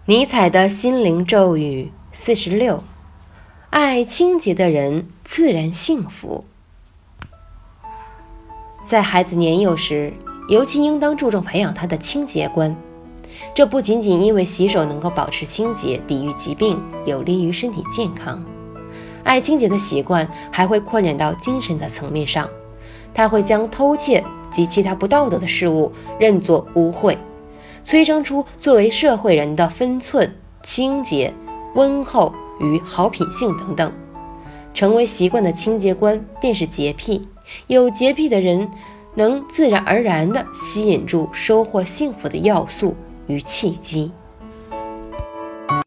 尼采的心灵咒语46：爱清洁的人自然幸福。在孩子年幼时，尤其应当注重培养他的清洁观。这不仅仅因为洗手能够保持清洁，抵御疾病，有利于身体健康。爱清洁的习惯还会扩展到精神的层面上，他会将偷窃及其他不道德的事物认作污秽，催生出作为社会人的分寸、清洁、温厚与好品性等等。成为习惯的清洁观便是洁癖，有洁癖的人能自然而然地吸引住收获幸福的要素与契机。